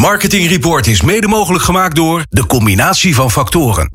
Marketing Report is mede mogelijk gemaakt door de combinatie van factoren.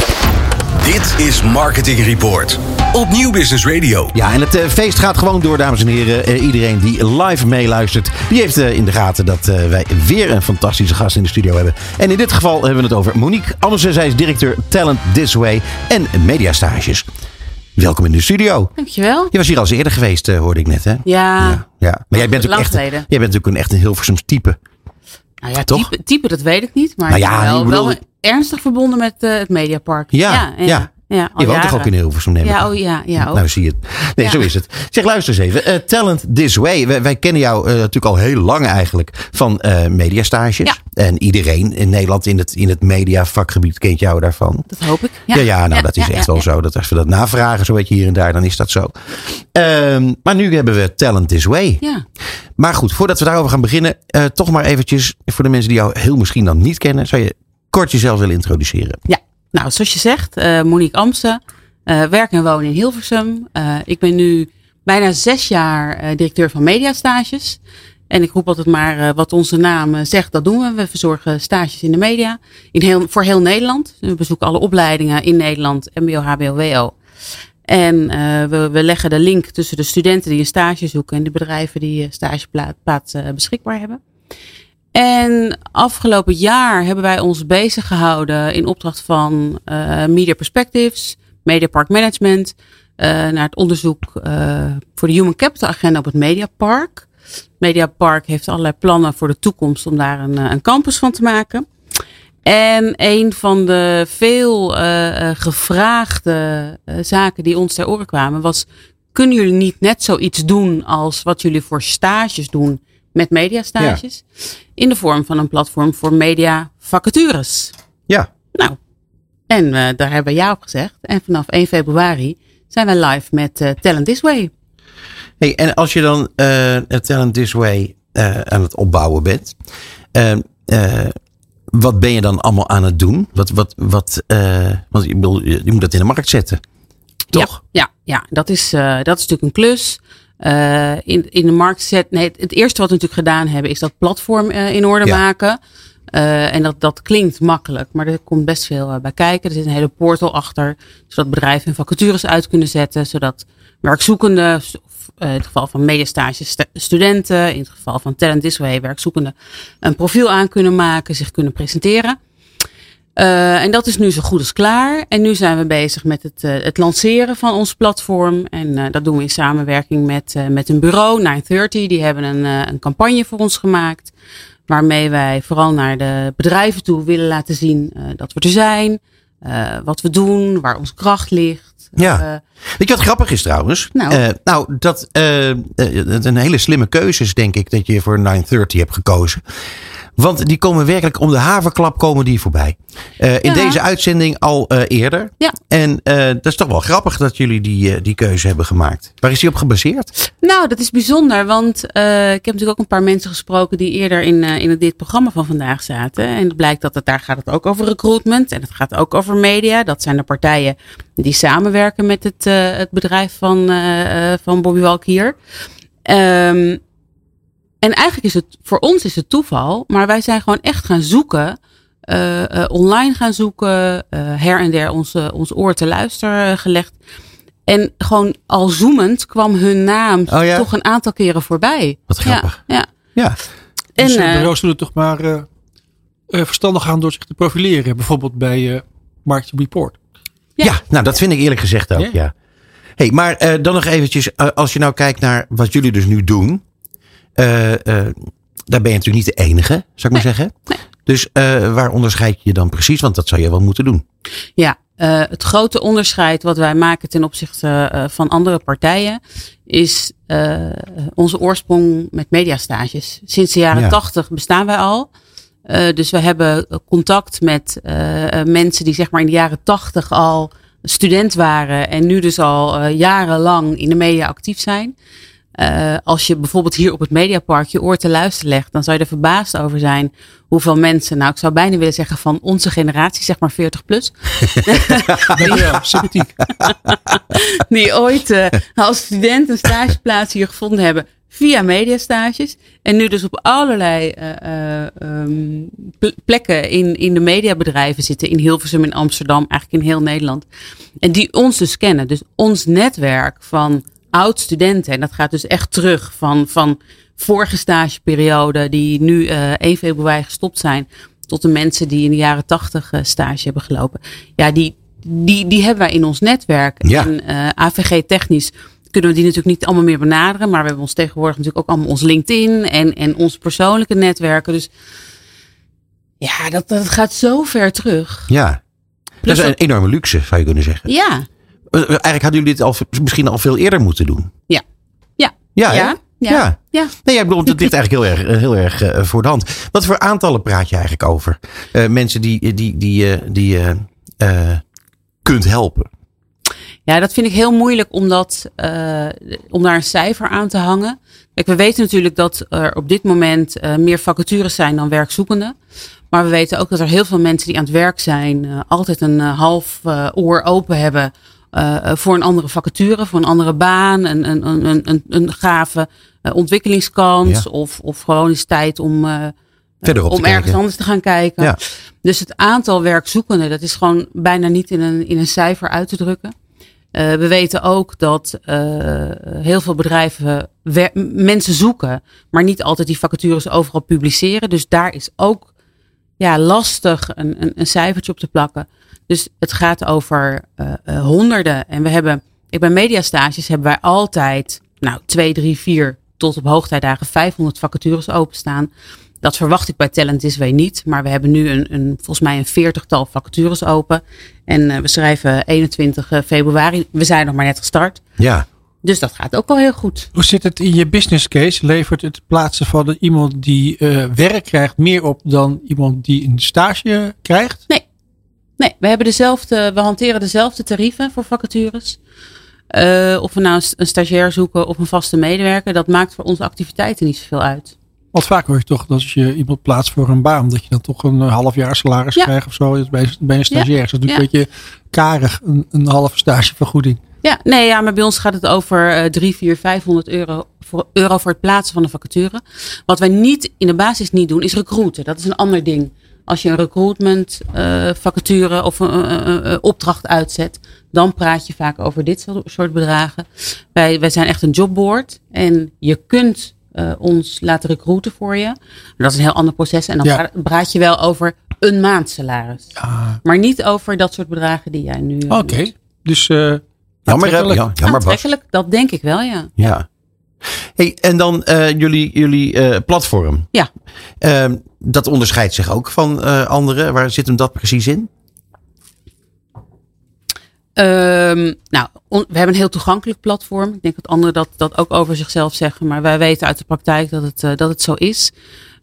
Dit is Marketing Report op Nieuw Business Radio. Ja, en het feest gaat gewoon door, dames en heren. Iedereen die live meeluistert, die heeft in de gaten dat wij weer een fantastische gast in de studio hebben. En in dit geval hebben we het over Monique Amsen. Zij is directeur Talent This Way en mediastages. Welkom in de studio. Dankjewel. Je was hier al eens eerder geweest, hoorde ik net, hè? Ja. Maar jij bent natuurlijk een Hilversums type. Nou ja, toch? Type, dat weet ik niet. Maar nou ja, wel ernstig verbonden met het Mediapark. Ja. Je woont toch ook in Hilversum, neem ik aan? Ja, ook. Nou, zie je het. Nee, zo is het. Zeg, luister eens even. Talent This Way. Wij kennen jou natuurlijk al heel lang eigenlijk van mediastages. Ja. En iedereen in Nederland in het mediavakgebied kent jou daarvan. Dat hoop ik. Dat is echt wel zo. Dat als we dat navragen, zo weet je hier en daar, dan is dat zo. Maar nu hebben we Talent This Way. Ja. Maar goed, voordat we daarover gaan beginnen, toch maar eventjes voor de mensen die jou heel misschien dan niet kennen, zou je kort jezelf willen introduceren? Ja. Nou, zoals je zegt, Monique Amsen, werk en woon in Hilversum. Ik ben nu bijna 6 jaar directeur van mediastages. En ik roep altijd maar wat onze naam zegt, dat doen we. We verzorgen stages in de media voor heel Nederland. We bezoeken alle opleidingen in Nederland, mbo, hbo, wo. En we leggen de link tussen de studenten die een stage zoeken en de bedrijven die stageplaats beschikbaar hebben. En afgelopen jaar hebben wij ons bezig gehouden in opdracht van Media Perspectives, Mediapark Management, naar het onderzoek voor de Human Capital Agenda op het Mediapark. Mediapark heeft allerlei plannen voor de toekomst om daar een campus van te maken. En een van de veel gevraagde zaken die ons ter oren kwamen was: kunnen jullie niet net zoiets doen als wat jullie voor stages doen met mediastages? Ja. In de vorm van een platform voor media vacatures. Ja. Nou, en daar hebben we ja op gezegd. En vanaf 1 februari zijn wij live met Talent This Way. Hey, en als je dan Talent This Way aan het opbouwen bent, wat ben je dan allemaal aan het doen? Want je moet dat in de markt zetten, toch? Ja, dat is natuurlijk een klus. In de markt zetten. Nee, het eerste wat we natuurlijk gedaan hebben is dat platform in orde maken. En dat klinkt makkelijk, maar er komt best veel bij kijken. Er zit een hele portal achter, zodat bedrijven hun vacatures uit kunnen zetten, zodat werkzoekenden, in het geval van mediastages studenten, in het geval van Talent This Way werkzoekenden, een profiel aan kunnen maken, zich kunnen presenteren. En dat is nu zo goed als klaar. En nu zijn we bezig met het lanceren van ons platform. En dat doen we in samenwerking met een bureau, 930. Die hebben een campagne voor ons gemaakt. Waarmee wij vooral naar de bedrijven toe willen laten zien dat we er zijn. Wat we doen, waar onze kracht ligt. Ja. Weet je wat grappig is trouwens? Dat het een hele slimme keuze is, denk ik, dat je voor 930 hebt gekozen. Want die komen werkelijk om de haverklap komen die voorbij. In deze uitzending al eerder. Ja. En dat is toch wel grappig dat jullie die keuze hebben gemaakt. Waar is die op gebaseerd? Nou, dat is bijzonder. Want ik heb natuurlijk ook een paar mensen gesproken die eerder in dit programma van vandaag zaten. En het blijkt dat daar gaat het ook over recruitment. En het gaat ook over media. Dat zijn de partijen die samenwerken met het bedrijf van Bobby Walk hier. En eigenlijk is het voor ons toeval, maar wij zijn gewoon echt gaan zoeken, online gaan zoeken, her en der ons oor te luisteren gelegd. En gewoon al zoemend kwam hun naam toch een aantal keren voorbij. Wat grappig. Ja. Dus bureaus doen het toch maar verstandig aan door zich te profileren. Bijvoorbeeld bij Marketing Report. Ja, nou dat vind ik eerlijk gezegd ook, ja. Hey, maar dan nog eventjes, als je nou kijkt naar wat jullie dus nu doen. Daar ben je natuurlijk niet de enige, zou ik maar zeggen. Nee. Dus waar onderscheid je je dan precies? Want dat zou je wel moeten doen. Ja, het grote onderscheid wat wij maken ten opzichte van andere partijen is onze oorsprong met mediastages. Sinds de jaren 80 bestaan wij al. Dus we hebben contact met mensen die zeg maar in de jaren 80 al student waren en nu dus al jarenlang in de media actief zijn. Als je bijvoorbeeld hier op het Mediapark je oor te luisteren legt, dan zou je er verbaasd over zijn hoeveel mensen, nou ik zou bijna willen zeggen van onze generatie, zeg maar 40 plus. Sympathiek. Die ooit als student een stageplaats hier gevonden hebben. via mediastages. En nu dus op allerlei plekken in de mediabedrijven zitten. In Hilversum, in Amsterdam, eigenlijk in heel Nederland. En die ons dus kennen. Dus ons netwerk van oud-studenten. En dat gaat dus echt terug van vorige stageperiode. Die nu 1 februari gestopt zijn. Tot de mensen die in de jaren 80 stage hebben gelopen. Ja, die hebben wij in ons netwerk. Ja. En AVG technisch kunnen we die natuurlijk niet allemaal meer benaderen. Maar we hebben ons tegenwoordig natuurlijk ook allemaal ons LinkedIn en onze persoonlijke netwerken. Dus ja, dat gaat zo ver terug. Ja, dat is een enorme luxe, zou je kunnen zeggen. Ja. Eigenlijk hadden jullie dit misschien al veel eerder moeten doen. Ja. Ja. Ja. Nee, ik bedoel, het ligt eigenlijk heel erg voor de hand. Wat voor aantallen praat je eigenlijk over? Mensen die je kunt helpen. Ja, dat vind ik heel moeilijk om daar een cijfer aan te hangen. Kijk, we weten natuurlijk dat er op dit moment meer vacatures zijn dan werkzoekenden. Maar we weten ook dat er heel veel mensen die aan het werk zijn altijd een half oor open hebben voor een andere vacature, voor een andere baan, een gave ontwikkelingskans of gewoon eens tijd om ergens anders te gaan kijken. Ja. Dus het aantal werkzoekenden, dat is gewoon bijna niet in een cijfer uit te drukken. We weten ook dat heel veel bedrijven mensen zoeken, maar niet altijd die vacatures overal publiceren. Dus daar is ook lastig een cijfertje op te plakken. Dus het gaat over honderden. En bij mediastages hebben wij altijd 2, 3, 4 tot op hoogtijdagen 500 vacatures openstaan. Dat verwacht ik bij Talent This Way niet. Maar we hebben nu volgens mij een 40-tal vacatures open. En we schrijven 21 februari. We zijn nog maar net gestart. Ja. Dus dat gaat ook al heel goed. Hoe zit het in je business case? Levert het plaatsen van iemand die werk krijgt meer op dan iemand die een stage krijgt? Nee, we hanteren dezelfde tarieven voor vacatures. Of we nou een stagiair zoeken of een vaste medewerker. Dat maakt voor onze activiteiten niet zoveel uit. Want vaak hoor je toch dat als je iemand plaatst voor een baan, dat je dan toch een half jaar salaris krijgt of zo bij een stagiair. Dat is natuurlijk een beetje karig, een halve stagevergoeding. Maar bij ons gaat het over 300, 400, 500 euro voor het plaatsen van een vacature. Wat wij in de basis niet doen, is recruiten. Dat is een ander ding. Als je een recruitment vacature of een opdracht uitzet, dan praat je vaak over dit soort bedragen. Wij zijn echt een jobboard en je kunt ons laten recruiten voor je. Dat is een heel ander proces en dan praat je wel over een maandsalaris. Maar niet over dat soort bedragen die jij nu Oké. Dus jammer Bas. Dat denk ik wel, ja. Ja. Hey, en dan jullie platform. Ja. Dat onderscheidt zich ook van anderen. Waar zit hem dat precies in? We hebben een heel toegankelijk platform. Ik denk dat anderen dat ook over zichzelf zeggen. Maar wij weten uit de praktijk dat het zo is.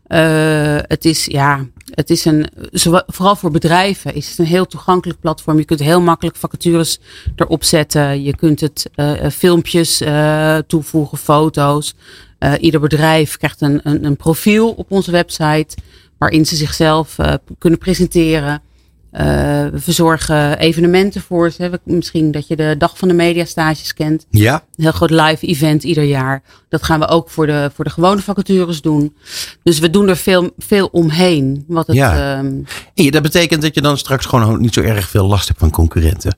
Vooral voor bedrijven is het een heel toegankelijk platform. Je kunt heel makkelijk vacatures erop zetten. Je kunt het filmpjes toevoegen, foto's. Ieder bedrijf krijgt een profiel op onze website waarin ze zichzelf kunnen presenteren. We verzorgen evenementen voor ze. Misschien dat je de dag van de mediastages kent. Ja. Een heel groot live event ieder jaar. Dat gaan we ook voor de gewone vacatures doen. Dus we doen er veel omheen. Dat betekent dat je dan straks gewoon niet zo erg veel last hebt van concurrenten.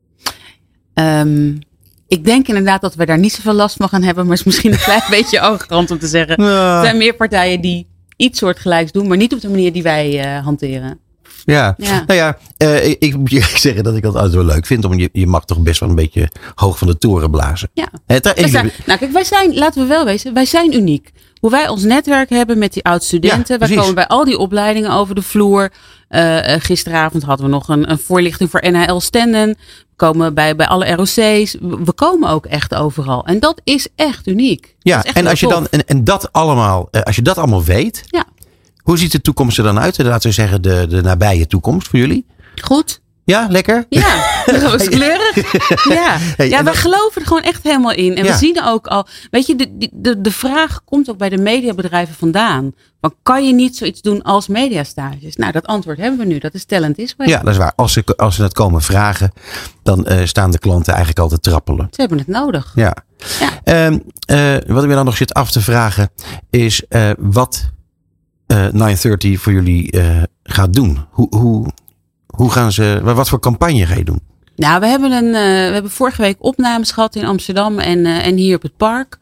Ik denk inderdaad dat we daar niet zoveel last van gaan hebben. Maar het is misschien een klein beetje arrogant om te zeggen. Er zijn meer partijen die iets soortgelijks doen. Maar niet op de manier die wij hanteren. Ja. Ik moet je zeggen dat ik dat altijd wel leuk vind. Je mag toch best wel een beetje hoog van de toren blazen. Ja. Kijk, laten we wel wezen, wij zijn uniek. Hoe wij ons netwerk hebben met die oud-studenten. Wij komen bij al die opleidingen over de vloer. Gisteravond hadden we nog een voorlichting voor NHL Stenden. We komen bij alle ROC's. We komen ook echt overal. En dat is echt uniek. Ja, en als je dat allemaal weet. Ja. Hoe ziet de toekomst er dan uit? Laten we zeggen de nabije toekomst voor jullie. Goed. Ja, lekker? Ja, rooskleurig. Ja, wij geloven er gewoon echt helemaal in. En we zien ook al, weet je, de vraag komt ook bij de mediabedrijven vandaan. Maar kan je niet zoiets doen als mediastages? Nou, dat antwoord hebben we nu. Dat is Talent This Way. Ja, dat is waar. Als ze dat komen vragen, dan staan de klanten eigenlijk al te trappelen. Ze hebben het nodig. Ja. Wat ik me dan nog zit af te vragen is wat 930 voor jullie gaat doen. Hoe gaan ze, wat voor campagne ga je doen? Nou, we hebben vorige week opnames gehad in Amsterdam en hier op het park.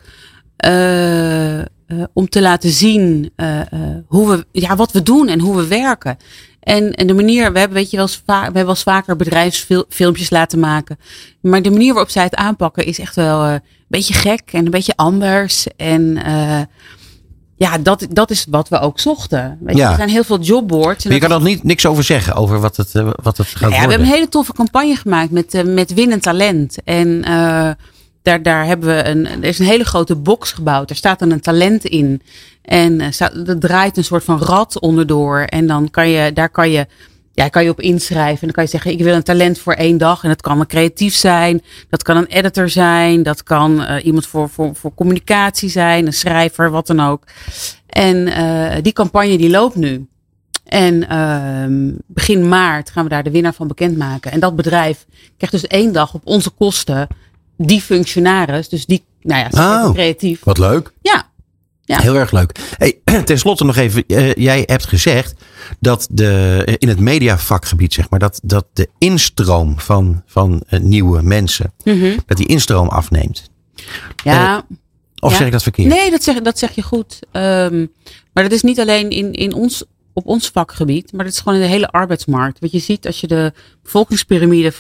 Om te laten zien wat we doen en hoe we werken. En de manier, we hebben wel eens vaker bedrijfsfilmpjes laten maken. Maar de manier waarop zij het aanpakken is echt wel een beetje gek en een beetje anders. En dat is wat we ook zochten. Weet je, er zijn heel veel jobboards. Maar je kan er niks over zeggen, over wat het gaat worden. We hebben een hele toffe campagne gemaakt met winnend talent. En daar hebben we er is een hele grote box gebouwd. Daar staat dan een talent in. En er draait een soort van rad onderdoor. En dan kan je op inschrijven. En dan kan je zeggen, ik wil een talent voor 1 dag. En dat kan een creatief zijn. Dat kan een editor zijn. Dat kan iemand voor communicatie zijn. Een schrijver, wat dan ook. En die campagne die loopt nu. En begin maart gaan we daar de winnaar van bekendmaken. En dat bedrijf krijgt dus 1 dag op onze kosten die functionaris. Dus die, creatief. Wat leuk. Ja. Heel erg leuk. Hey, ten slotte nog even. Jij hebt gezegd dat in het mediavakgebied, zeg maar, dat de instroom van nieuwe mensen, dat die instroom afneemt. Ja. Of zeg ik dat verkeerd? Nee, dat zeg je goed. Maar dat is niet alleen op ons vakgebied, maar dat is gewoon in de hele arbeidsmarkt. Wat je ziet als je de bevolkingspyramide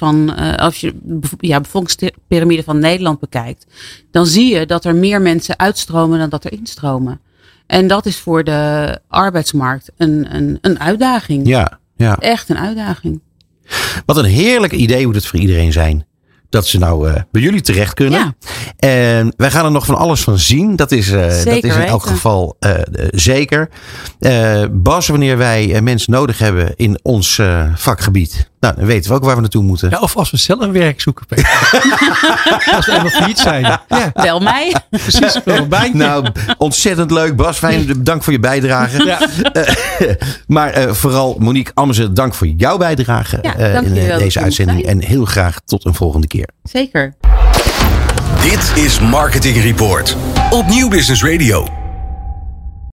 van Nederland bekijkt, dan zie je dat er meer mensen uitstromen dan dat er instromen. En dat is voor de arbeidsmarkt een uitdaging. Ja. Echt een uitdaging. Wat een heerlijk idee moet het voor iedereen zijn. Dat ze nou bij jullie terecht kunnen. Ja. En wij gaan er nog van alles van zien. Dat is in elk geval zeker. Bas, wanneer wij mensen nodig hebben in ons vakgebied. Nou, dan weten we ook waar we naartoe moeten. Ja, of als we zelf werk zoeken, Peter. Als we helemaal failliet zijn. Ja. Bel mij. Precies, wel een baantje. Nou, ontzettend leuk, Bas. Fijn, dank voor je bijdrage. Ja. Maar vooral Monique Amse, dank voor jouw bijdrage in deze uitzending. En heel graag tot een volgende keer. Zeker. Dit is Marketing Report op Nieuw Business Radio.